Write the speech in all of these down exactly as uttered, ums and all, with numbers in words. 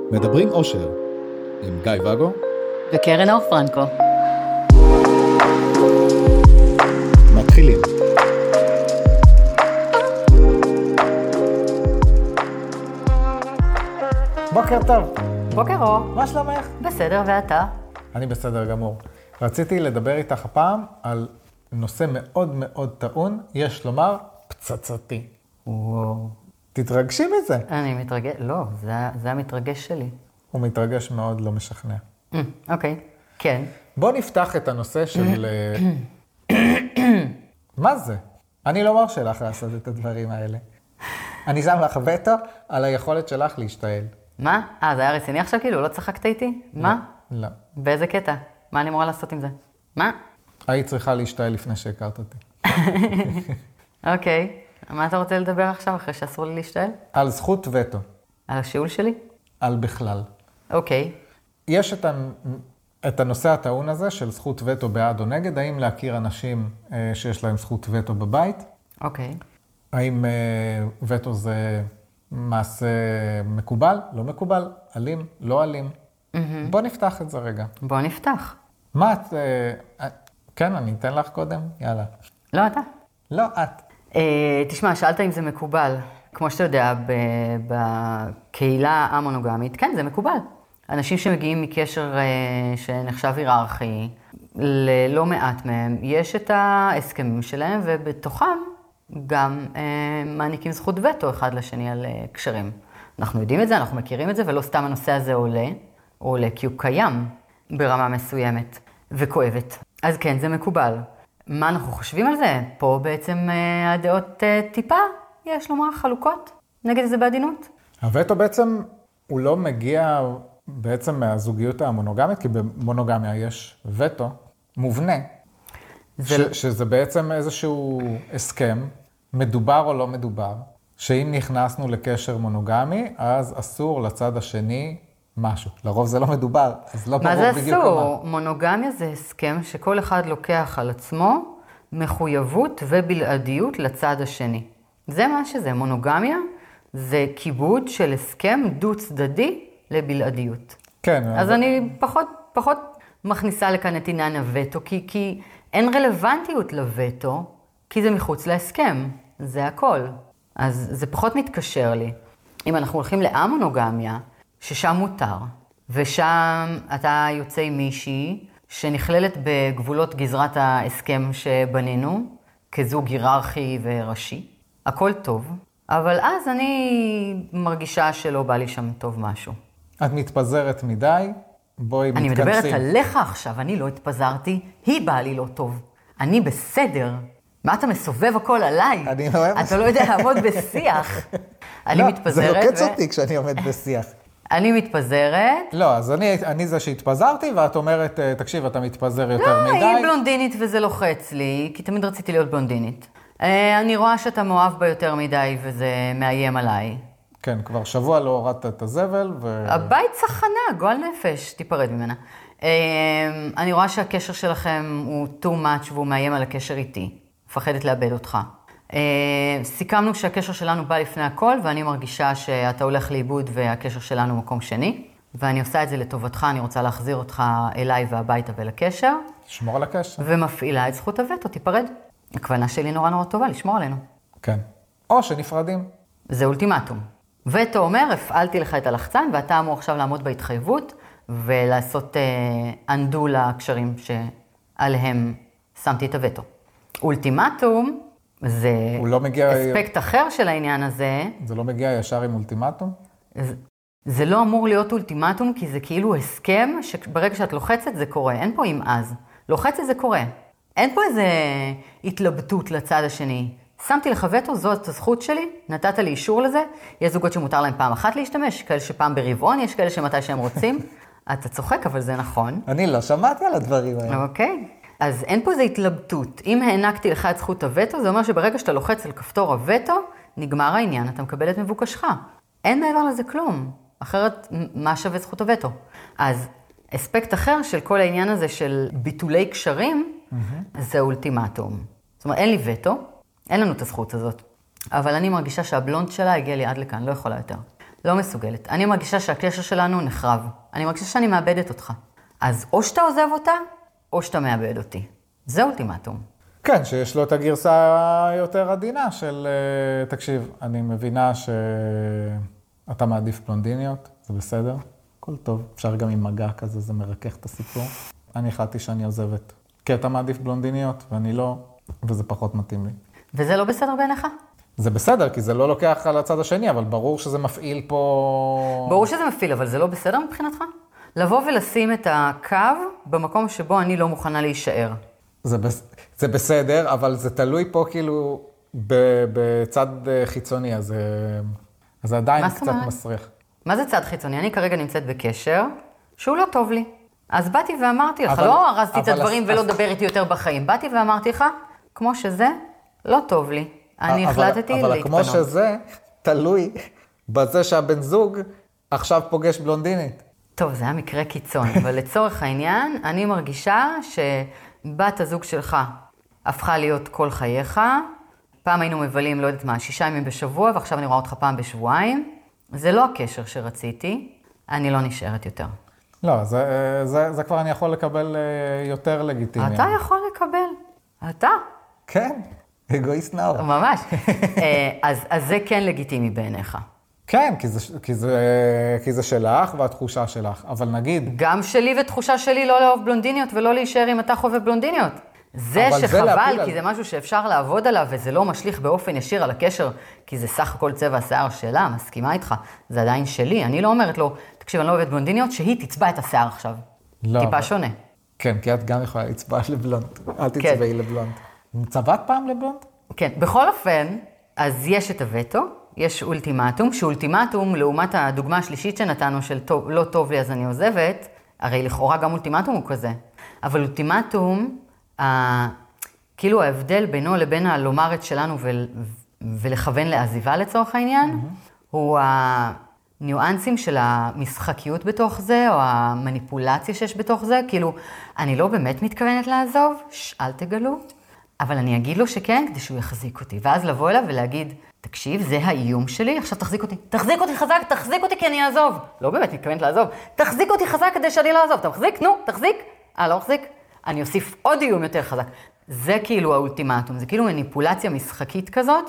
מדברים אושר עם גיא וגו וקרן אור פרנקו. מתחילים. בוקר טוב. בוקר אור. מה שלומך? בסדר, ואתה? אני בסדר גמור. רציתי לדבר איתך הפעם על נושא מאוד מאוד טעון, יש לומר פצצתי. וואו. תתרגשי מזה. אני מתרגש, לא, זה, זה המתרגש שלי. הוא מתרגש מאוד, לא משכנע. Mm, אוקיי, כן. בוא נפתח את הנושא של... מה זה? אני לא מרשה לך לעשות את הדברים האלה. אני שם לך וטו על היכולת שלך להשתעל. מה? אה, זה היה רציני עכשיו כאילו? לא צחקת איתי? מה? לא. באיזה קטע? מה אני אמורה לעשות עם זה? מה? היית צריכה להשתעל לפני שהכרת אותי. אוקיי. מה אתה רוצה לדבר עכשיו אחרי שאסור לי להשתעל? על זכות וטו. על השיעול שלי? על בכלל. אוקיי. יש את, הנ... את הנושא הטעון הזה של זכות וטו בעד או נגד, האם להכיר אנשים אה, שיש להם זכות וטו בבית? אוקיי. האם אה, וטו זה מעשה מקובל, לא מקובל, אלים, לא אלים? Mm-hmm. בוא נפתח את זה רגע. בוא נפתח. מה את... אה, כן, אני אתן לך קודם, יאללה. לא, אתה. לא, את. אה, תשמע, שאלת אם זה מקובל. כמו שאתה יודע, בקהילה המונוגמית, כן, זה מקובל. אנשים שמגיעים מקשר שנחשב היררכי, ללא מעט מהם, יש את ההסכמים שלהם, ובתוכם גם מעניקים זכות וטו אחד לשני על קשרים. אנחנו יודעים את זה, אנחנו מכירים את זה, ולא סתם הנושא הזה עולה, הוא עולה כי הוא קיים ברמה מסוימת וכואבת. אז כן, זה מקובל. מה אנחנו חושבים על זה? פה בעצם הדעות טיפה, יש לומר, חלוקות נגד זה בעדינות. הווטו בעצם הוא לא מגיע בעצם מהזוגיות המונוגמית, כי במונוגמיה יש וטו מובנה, זה... ש, שזה בעצם איזשהו הסכם, מדובר או לא מדובר, שאם נכנסנו לקשר מונוגמי, אז אסור לצד השני משהו. לרוב זה לא מדובר, אז לא ברור בדיוק מה. מה זה אסור? מונוגמיה זה הסכם שכל אחד לוקח על עצמו מחויבות ובלעדיות לצד השני. זה מה שזה, מונוגמיה זה כיבוד של הסכם דו צדדי לבלעדיות. כן. אז אבל... אני פחות, פחות מכניסה לכאן את עניין הווטו, כי, כי אין רלוונטיות לווטו, כי זה מחוץ להסכם, זה הכל. אז זה פחות מתקשר לי. אם אנחנו הולכים לאמונוגמיה, ששם מותר, ושם אתה יוצא עם מישהי שנכללת בגבולות גזרת ההסכם שבנינו, כזוג היררכי וראשי, הכל טוב, אבל אז אני מרגישה שלא בא לי שם טוב משהו. את מתפזרת מדי, בואי מתכנסים. אני מדברת עליך עכשיו, אני לא התפזרתי, היא באה לי לא טוב. אני בסדר. מה אתה מסובב הכל עליי? אני לא אוהב. אתה לא יודע לעמוד בשיח. אני מתפזרת. לא, זה לוקץ אותי כשאני עומד בשיח. אני מתפזרת. לא, אז אני, אני זה שהתפזרתי, ואת אומרת, תקשיב, אתה מתפזר יותר מדי. לא, היא בלונדינית וזה לוחץ לי, כי תמיד רציתי להיות בלונדינית. אני רואה שאתה מאוהב בה יותר מדי, וזה מאיים עליי. כן, כבר שבוע לא הורדת את הזבל, ו... הבית צחנה, גועל נפש, תיפרד ממנה. אני רואה שהקשר שלכם הוא too much, והוא מאיים על הקשר איתי. מפחדת לאבד אותך. סיכמנו שהקשר שלנו בא לפני הכל, ואני מרגישה שאתה הולך לאיבוד, והקשר שלנו מקום שני. ואני עושה את זה לטובתך, אני רוצה להחזיר אותך אליי והביתה ולקשר. לשמור על הקשר. ומפעילה את זכות הווטו, תיפרד. הכוונה שלי נורא נורא טובה, לשמור עלינו. כן. או שנפרדים. זה אולטימטום. וטו אומר, הפעלתי לך את הלחצן, ואתה אמור עכשיו לעמוד בהתחייבות, ולעשות אנדו לקשרים שעליהם שמתי את הווטו. אולטימטום, זה לא מגיע... אספקט אחר של העניין הזה. זה לא מגיע ישר עם אולטימטום? זה, זה לא אמור להיות אולטימטום, כי זה כאילו הסכם, שברגע שאת לוחצת זה קורה. אין פה אם אז. לוחצת זה קורה. אין פה איזה התלבטות לצד השני. שמתי לך וטו, זאת הזכות שלי, נתת לי אישור לזה. יש זוגות שמותר להם פעם אחת להשתמש, כאלה שפעם ברבעון, יש כאלה שמתי שהם רוצים. אתה צוחק, אבל זה נכון. אני לא שמעתי על הדברים האלה. אוקיי. אז אין פה איזה התלבטות. אם הענקתי לך את זכות הווטו, זה אומר שברגע שאתה לוחץ על כפתור הווטו, נגמר העניין, אתה מקבל את מבוקשך. אין מעבר לזה כלום. אחרת, מה שווה זכות הווטו? אז אספקט אחר של כל העניין הזה של ביטולי קשרים, mm-hmm. זה אולטימטום. זאת אומרת, אין לי וטו, אין לנו את הזכות הזאת. אבל אני מרגישה שהבלונד שלה הגיע לי עד לכאן, לא יכולה יותר. לא מסוגלת. אני מרגישה שהקשר שלנו נחרב. אני מרגישה שאני מאבדת אותך. אז או שאתה עוזב אותה, או שאתה מאבד אותי. זה אולטימטום. כן, שיש לו את הגרסה יותר עדינה של, תקשיב, אני מבינה שאתה מעדיף בלונדיניות, זה בסדר, הכל טוב. אפשר גם עם מגע כזה, זה מרכך את הסיפור. אני החלטתי שאני עוזבת. כי אתה מעדיף בלונדיניות, ואני לא, וזה פחות מתאים לי. וזה לא בסדר בעיניך? זה בסדר, כי זה לא לוקח על הצד השני, אבל ברור שזה מפעיל פה... ברור שזה מפעיל, אבל זה לא בסדר מבחינתך? לבוא ולשים את הקו במקום שבו אני לא מוכנה להישאר. זה, זה בסדר, אבל זה תלוי פה כאילו בצד חיצוני, אז זה עדיין קצת מסריח. מה זה צד חיצוני? אני כרגע נמצאת בקשר שהוא לא טוב לי. אז באתי ואמרתי לך, אבל, לא הרסתי את הדברים אז, ולא אז... דבר איתי יותר בחיים. באתי ואמרתי לך, כמו שזה, לא טוב לי. אני אבל, החלטתי אבל להתפנות. כמו שזה, תלוי בזה שהבן זוג עכשיו פוגש בלונדינית. טוב, זה היה מקרה קיצון, אבל לצורך העניין, אני מרגישה שבת הזוג שלך הפכה להיות כל חייך. פעם היינו מבלים, לא יודעת מה, שישה ימים בשבוע, ועכשיו אני רואה אותך פעם בשבועיים. זה לא הקשר שרציתי, אני לא נשארת יותר. לא, זה, זה, זה כבר אני יכול לקבל יותר לגיטימי. אתה יכול לקבל. אתה. כן, אגואיסט נאור. ממש. אז, אז זה כן לגיטימי בעיניך. כן, כי זה, כי זה, כי זה שלך והתחושה שלך, אבל נגיד... גם שלי ותחושה שלי לא לאהוב בלונדיניות ולא להישאר אם אתה חובב בלונדיניות. זה שחבל, כי זה משהו שאפשר לעבוד עליו, וזה לא משליך באופן ישיר על הקשר, כי זה סך הכל צבע השיער שלה, מסכימה איתך, זה עדיין שלי. אני לא אומרת לו, תקשיב, אני לא אוהבת בלונדיניות, שהיא תצבע את השיער עכשיו. לא, טיפה אבל... שונה. כן, כי את גם יכולה לצבע לבלונד. אל תצבעי כן. לבלונד. צבעת פעם לבלונד? כן, בכל אופן, אז יש את הווטו, יש אולטימטום, שאולטימטום, לעומת הדוגמה השלישית שנתנו של טוב, לא טוב לי אז אני עוזבת, הרי לכאורה גם אולטימטום הוא כזה. אבל אולטימטום, ה... כאילו ההבדל בינו לבין הלומר את שלנו ו... ולכוון לעזיבה לצורך העניין, mm-hmm. הוא הניואנסים של המשחקיות בתוך זה, או המניפולציה שיש בתוך זה, כאילו, אני לא באמת מתכוונת לעזוב, ש... אל תגלו, אבל אני אגיד לו שכן, כדי שהוא יחזיק אותי, ואז לבוא אליו ולהגיד, תקשיב, זה האיום שלי, עכשיו תחזיק אותי, תחזיק אותי חזק, תחזיק אותי כי אני אעזוב. לא באמת מתכוונת לעזוב, תחזיק אותי חזק כדי שאני לא אעזוב. אתה מחזיק? נו, תחזיק. אה, לא מחזיק? אני אוסיף עוד איום יותר חזק. זה כאילו האולטימטום, זה כאילו מניפולציה משחקית כזאת,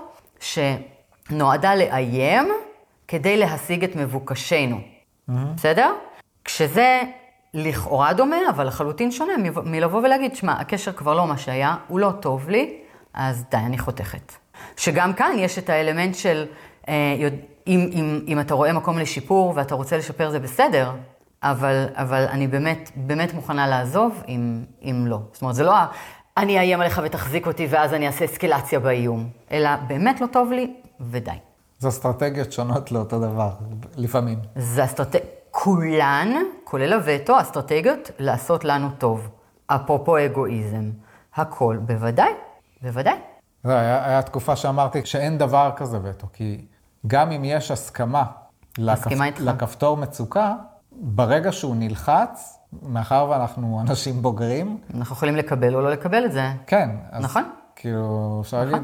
שנועדה לאיים כדי להשיג את מבוקשנו. Mm-hmm. בסדר? כשזה לכאורה דומה, אבל לחלוטין שונה, מלבוא ולהגיד, שמה, הקשר כבר לא מה שהיה, הוא לא טוב לי, אז די, אני חותכת. שגם כאן יש את האלמנט של, אה, אם, אם, אם אתה רואה מקום לשיפור ואתה רוצה לשפר זה בסדר, אבל, אבל אני באמת, באמת מוכנה לעזוב אם, אם לא. זאת אומרת, זה לא, אני איים עליך ותחזיק אותי ואז אני אעשה אסקלציה באיום, אלא באמת לא טוב לי ודי. זה אסטרטגיות שונות לאותו דבר, לפעמים. זה אסטרטגיות, כולן, כולל הווטו, אסטרטגיות לעשות לנו טוב. אפרופו אגואיזם. הכל, בוודאי, בוודאי. זה היה, היה תקופה שאמרתי שאין דבר כזה וטו, כי גם אם יש הסכמה לכפ... לכפתור מצוקה, ברגע שהוא נלחץ, מאחר ואנחנו אנשים בוגרים... אנחנו יכולים לקבל או לא לקבל את זה. כן. אז נכון? כאילו, אפשר להגיד,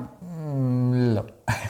לא.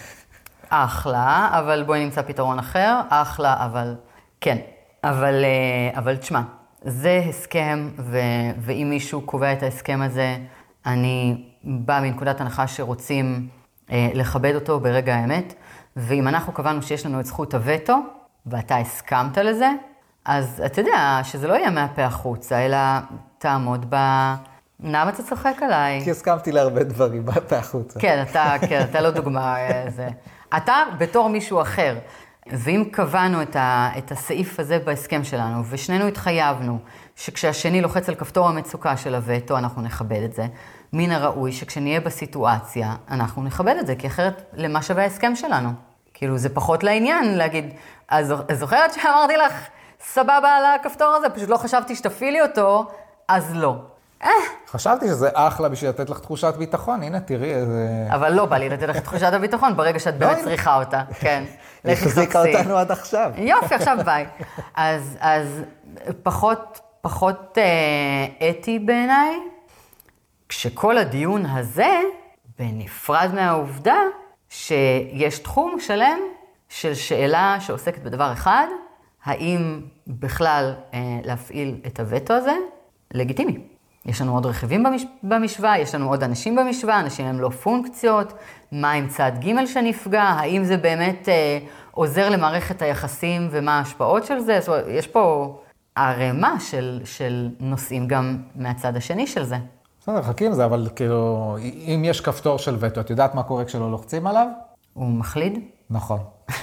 אחלה, אבל בואי נמצא פתרון אחר. אחלה, אבל כן. אבל, אבל תשמע, זה הסכם, ו... ואם מישהו קובע את ההסכם הזה, אני באה מנקודת הנחה שרוצים אה, לכבד אותו ברגע האמת, ואם אנחנו קבענו שיש לנו את זכות הווטו, ואתה הסכמת לזה, אז אתה יודע שזה לא יהיה מהפה החוצה, אלא תעמוד ב... למה אתה צוחק עליי? כי הסכמתי להרבה דברים מהפה החוצה. כן, אתה, כן, אתה לא דוגמה. זה. אתה בתור מישהו אחר, ואם קבענו את, ה, את הסעיף הזה בהסכם שלנו, ושנינו התחייבנו שכשהשני לוחץ על כפתור המצוקה של הווטו, אנחנו נכבד את זה, מן הראוי שכשנהיה בסיטואציה, אנחנו נכבד את זה, כי אחרת למה שווה ההסכם שלנו? כאילו זה פחות לעניין להגיד, אז זוכרת שאמרתי לך, סבבה על הכפתור הזה, פשוט לא חשבתי שתפעילי אותו, אז לא. חשבתי שזה אחלה בשביל לתת לך תחושת ביטחון, הנה תראי איזה... אבל לא בא לי לתת לך תחושת הביטחון, ברגע שאת באמת צריכה אותה, כן. היא החזיקה אותנו עד עכשיו. יופי, עכשיו ביי. אז, אז פחות, פחות אה, אתי בעיניי, כשכל הדיון הזה, בנפרד מהעובדה, שיש תחום שלם של שאלה שעוסקת בדבר אחד, האם בכלל אה, להפעיל את הווטו הזה? לגיטימי. יש לנו עוד רכיבים במש... במשוואה, יש לנו עוד אנשים במשוואה, אנשים הם לא פונקציות, מה עם צד ג' שנפגע, האם זה באמת אה, עוזר למערכת היחסים ומה ההשפעות של זה? זאת אומרת, יש פה ערימה של, של נושאים גם מהצד השני של זה. בסדר, חכי עם זה, אבל כאילו, אם יש כפתור של וטו, את יודעת מה קורה כשלא לוחצים עליו? הוא מחליד? נכון.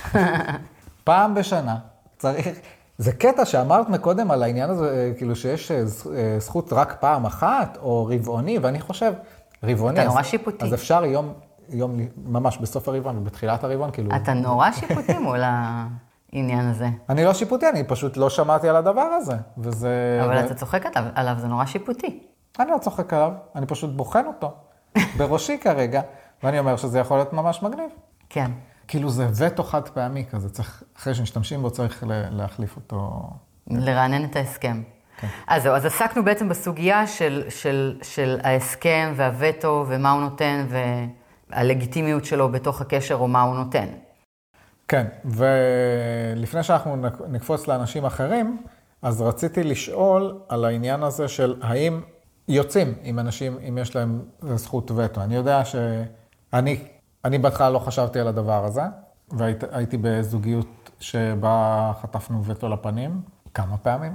פעם בשנה צריך... זה קטע שאמרת מקודם על העניין הזה, כאילו שיש זכות רק פעם אחת, או רבעוני, ואני חושב, רבעוני... אתה נורא שיפוטי. אז אפשר יום, יום, ממש בסוף הרבעון, ובתחילת הרבעון, כאילו... אתה נורא שיפוטי מול העניין הזה. אני לא שיפוטי, אני פשוט לא שמעתי על הדבר הזה, וזה... אבל אתה צוחק עליו, זה נורא שיפוטי. אני לא צוחק עליו, אני פשוט בוחן אותו, בראשי כרגע, ואני אומר שזה יכול להיות ממש מגניב. כן. כאילו זה וטו חד פעמי כזה, צריך, אחרי שמשתמשים בו צריך להחליף אותו. לרענן את ההסכם. כן. אז זהו, אז עסקנו בעצם בסוגיה של, של, של ההסכם והווטו ומה הוא נותן והלגיטימיות שלו בתוך הקשר או מה הוא נותן. כן, ולפני שאנחנו נקפוץ לאנשים אחרים, אז רציתי לשאול על העניין הזה של האם יוצאים עם אנשים, אם יש להם זכות וטו. אני יודע שאני... אני בהתחלה לא חשבתי על הדבר הזה, והייתי בזוגיות שבה חטפנו וטו לפנים, כמה פעמים.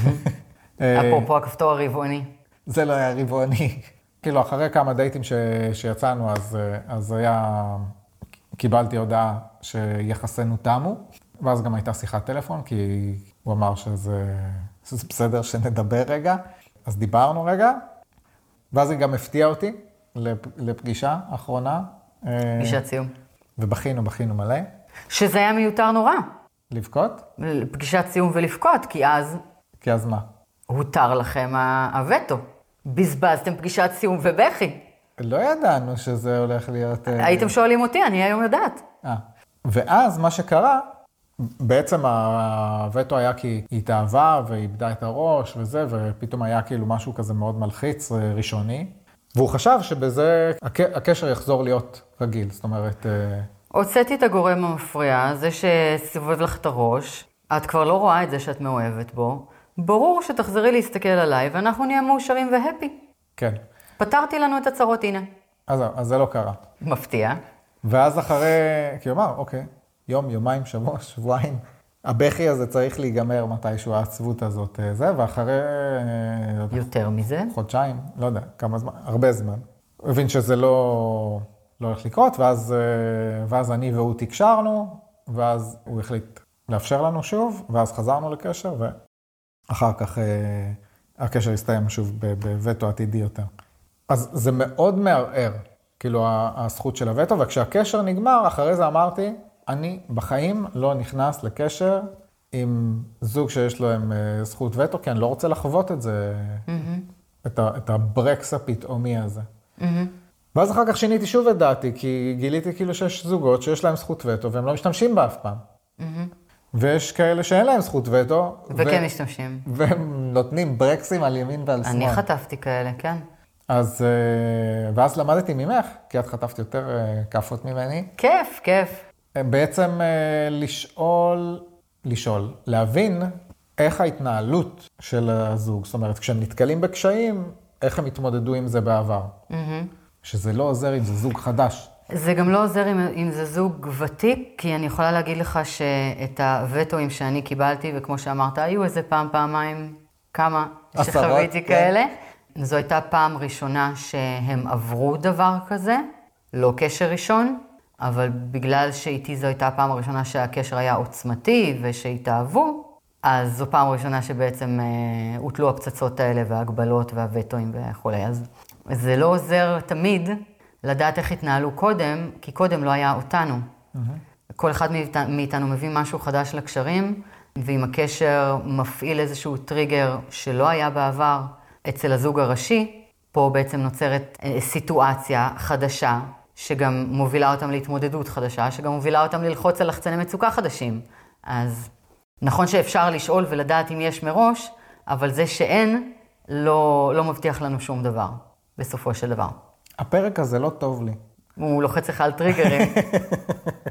אפרופו הכפתור הרבעוני. זה לא היה רבעוני. כאילו, אחרי כמה דייטים ש... שיצאנו, אז, אז היה... קיבלתי הודעה שיחסנו תמו, ואז גם הייתה שיחת טלפון, כי הוא אמר שזה, שזה בסדר שנדבר רגע. אז דיברנו רגע, ואז היא גם הפתיעה אותי לפגישה האחרונה, פגישת סיום. ובכינו, בכינו מלא. שזה היה מיותר נורא. לבכות? פגישת סיום ולבכות, כי אז... כי אז מה? הותר לכם הווטו. בזבזתם פגישת סיום ובכי. לא ידענו שזה הולך להיות... הייתם שואלים אותי, אני היום יודעת. אה. ואז מה שקרה, בעצם הווטו היה כי היא התאהבה ואיבדה את הראש וזה, ופתאום היה כאילו משהו כזה מאוד מלחיץ ראשוני. והוא חשב שבזה הקשר יחזור להיות רגיל, זאת אומרת... הוצאתי את הגורם המפריע, זה שסיבוב לך את הראש, את כבר לא רואה את זה שאת מאוהבת בו, ברור שתחזרי להסתכל עליי ואנחנו נהיה מאושרים והפי. כן. פתרתי לנו את הצרות, הנה. אז, אז זה לא קרה. מפתיע. ואז אחרי, כי הוא אמר, אוקיי, יום, יומיים, שבוע, שבועיים, הבכי הזה צריך להיגמר מתישהו, העצבות הזאת, זה, ואחרי... יותר מזה? חודשיים, לא יודע, כמה זמן, הרבה זמן. הוא הבין שזה לא, לא הולך לקרות, ואז, ואז אני והוא תקשרנו, ואז הוא החליט לאפשר לנו שוב, ואז חזרנו לקשר, ואחר כך הקשר הסתיים שוב בווטו עתידי יותר. אז זה מאוד מערער, כאילו, הזכות של הווטו, וכשהקשר נגמר, אחרי זה אמרתי, אני בחיים לא נכנס לקשר עם זוג שיש להם זכות וטו, כי אני לא רוצה לחוות את זה, mm-hmm. את, ה, את הברקס הפתאומי הזה. Mm-hmm. ואז אחר כך שיניתי שוב את דעתי, כי גיליתי כאילו שיש זוגות שיש להם זכות וטו, והם לא משתמשים בה אף פעם. Mm-hmm. ויש כאלה שאין להם זכות וטו. וכן ו... משתמשים. והם נותנים ברקסים על ימין ועל שמאל. אני חטפתי כאלה, כן. אז, ואז למדתי ממך, כי את חטפת יותר כפות ממני. כיף, כיף. בעצם לשאול, לשאול, להבין איך ההתנהלות של הזוג. זאת אומרת, כשהם נתקלים בקשיים, איך הם התמודדו עם זה בעבר. Mm-hmm. שזה לא עוזר אם זה זוג חדש. זה גם לא עוזר אם, אם זה זוג ותיק, כי אני יכולה להגיד לך שאת הווטואים שאני קיבלתי, וכמו שאמרת, היו איזה פעם, פעמיים, כמה שחוויתי כאלה. זו הייתה פעם ראשונה שהם עברו דבר כזה, לא קשר ראשון, אבל בגלל שאיתי זו הייתה הפעם הראשונה שהקשר היה עוצמתי ושהתאהבו, אז זו פעם ראשונה שבעצם אה, הוטלו הפצצות האלה וההגבלות והווטואים וכו'. אז זה לא עוזר תמיד לדעת איך התנהלו קודם, כי קודם לא היה אותנו. Mm-hmm. כל אחד מאיתנו מביא משהו חדש לקשרים, ואם הקשר מפעיל איזשהו טריגר שלא היה בעבר אצל הזוג הראשי, פה בעצם נוצרת סיטואציה חדשה, שגם מובילה אותם להתמודדות חדשה, שגם מובילה אותם ללחוץ על לחצני מצוקה חדשים. אז נכון שאפשר לשאול ולדעת אם יש מראש, אבל זה שאין לא, לא מבטיח לנו שום דבר, בסופו של דבר. הפרק הזה לא טוב לי. הוא לוחץ לך על טריגרים.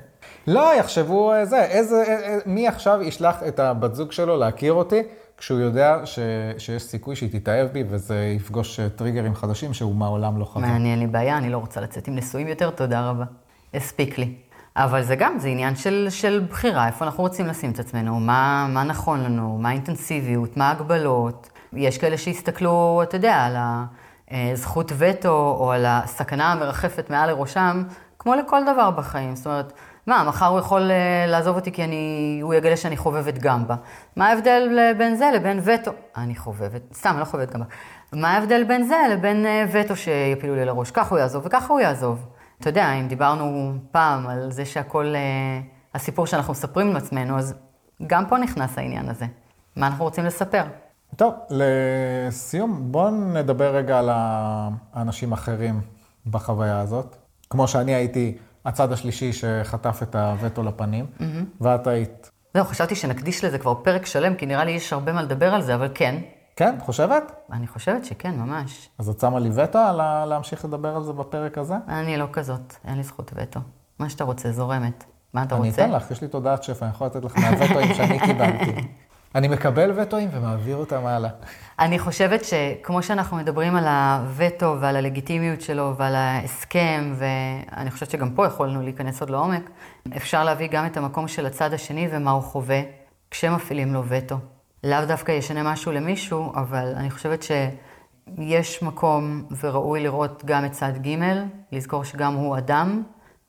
לא, יחשבו זה, איזה, מי עכשיו ישלח את הבת זוג שלו להכיר אותי, כשהוא יודע ש, שיש סיכוי שהיא תתאהב בי, וזה יפגוש טריגרים חדשים שהוא מעולם לא חווה. מעניין לי בעיה, אני לא רוצה לצאת עם נשואים יותר, תודה רבה. הספיק לי. אבל זה גם, זה עניין של, של בחירה, איפה אנחנו רוצים לשים את עצמנו, מה, מה נכון לנו, מה האינטנסיביות, מה ההגבלות. יש כאלה שיסתכלו, אתה יודע, על הזכות וטו, או על הסכנה המרחפת מעל לראשם, כמו לכל דבר בחיים. זאת אומרת, מה, מחר הוא יכול לעזוב אותי כי אני, הוא יגלה שאני חובבת גמבה. מה ההבדל בין זה לבין וטו? אני חובבת, סתם, אני לא חובבת גמבה. מה ההבדל בין זה לבין וטו שיפילו לי לראש? כך הוא יעזוב וככה הוא יעזוב. אתה יודע, אם דיברנו פעם על זה שהכל, הסיפור שאנחנו מספרים לעצמנו, אז גם פה נכנס העניין הזה. מה אנחנו רוצים לספר? טוב, לסיום, בואו נדבר רגע על האנשים אחרים בחוויה הזאת. כמו שאני הייתי הצד השלישי שחטף את הווטו לפנים, mm-hmm. ואת היית. זהו, חשבתי שנקדיש לזה כבר פרק שלם, כי נראה לי יש הרבה מה לדבר על זה, אבל כן. כן, חושבת? אני חושבת שכן, ממש. אז את שמה לי וטו על להמשיך לדבר על זה בפרק הזה? אני לא כזאת, אין לי זכות וטו. מה שאתה רוצה, זורמת. מה אתה אני רוצה? אני אתן לך, יש לי תודעת שפע, אני יכול לתת לך מהווטואים שאני קיבלתי. אני מקבל וטואים ומעביר אותם הלאה. אני חושבת שכמו שאנחנו מדברים על הווטו ועל הלגיטימיות שלו ועל ההסכם, ואני חושבת שגם פה יכולנו להיכנס עוד לעומק, אפשר להביא גם את המקום של הצד השני ומה הוא חווה כשמפעילים לו וטו. לאו דווקא ישנה משהו למישהו, אבל אני חושבת שיש מקום וראוי לראות גם את צד ג', לזכור שגם הוא אדם,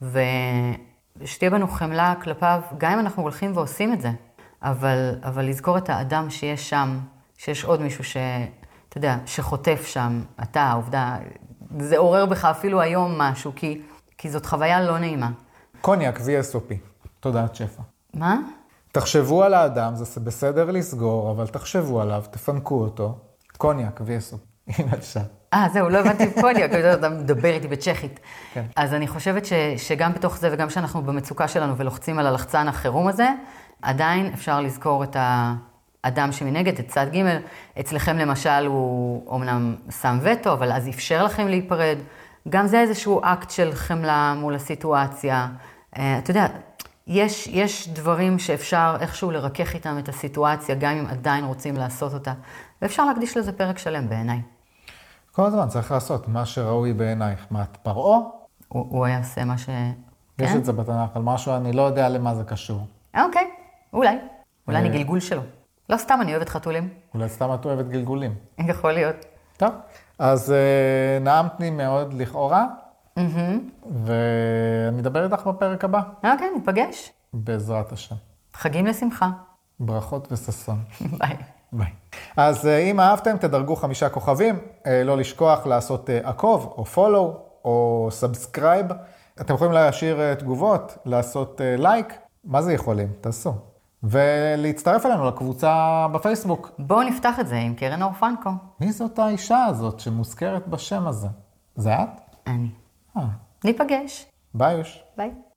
ושתהיה בנו חמלה כלפיו, גם אם אנחנו הולכים ועושים את זה. אבל, אבל לזכור את האדם שיש שם, שיש עוד מישהו ש, אתה יודע, שחוטף שם, אתה, העובדה, זה עורר בך אפילו היום משהו, כי, כי זאת חוויה לא נעימה. קוניאק, וי אס או פי, תודעת שפע. מה? תחשבו על האדם, זה בסדר לסגור, אבל תחשבו עליו, תפנקו אותו. קוניאק, וי אס או פי, הנה שם. אה, זהו, לא הבנתי קוניאק, אתה מדבר איתי בצ'כית. כן. אז אני חושבת ש, שגם בתוך זה, וגם שאנחנו במצוקה שלנו ולוחצים על הלחצן החירום הזה, עדיין אפשר לזכור את האדם שמנגד, את צד ג'. אצלכם למשל הוא אומנם שם וטו, אבל אז אפשר לכם להיפרד. גם זה איזשהו אקט של חמלה מול הסיטואציה. אתה יודע, יש, יש דברים שאפשר איכשהו לרכך איתם את הסיטואציה, גם אם עדיין רוצים לעשות אותה. ואפשר להקדיש לזה פרק שלם בעיניי. כל הזמן צריך לעשות מה שראוי בעינייך. מה, את פרעה? הוא, הוא היה עושה מה ש... יש כן? את זה בתנ"ך, על משהו, אני לא יודע למה זה קשור. אוקיי, אולי. אולי אני גלגול שלו. לא סתם, אני אוהבת חתולים. אולי סתם את אוהבת גלגולים. יכול להיות. טוב, אז uh, נעמת לי מאוד לכאורה, Mm-hmm. ואני אדבר איתך בפרק הבא. אוקיי, ניפגש. בעזרת השם. חגים לשמחה. ברכות וששון. ביי. ביי. אז uh, אם אהבתם, תדרגו חמישה כוכבים, uh, לא לשכוח לעשות uh, עקוב או follow או סאבסקרייב. אתם יכולים להשאיר uh, תגובות, לעשות לייק. Uh, מה זה יכולים? תעשו. ולהצטרף אלינו לקבוצה בפייסבוק. בואו נפתח את זה עם קרן אור פרנקו. מי זאת האישה הזאת שמוזכרת בשם הזה? זה את? אני. אה. ניפגש. ביי יוש. ביי.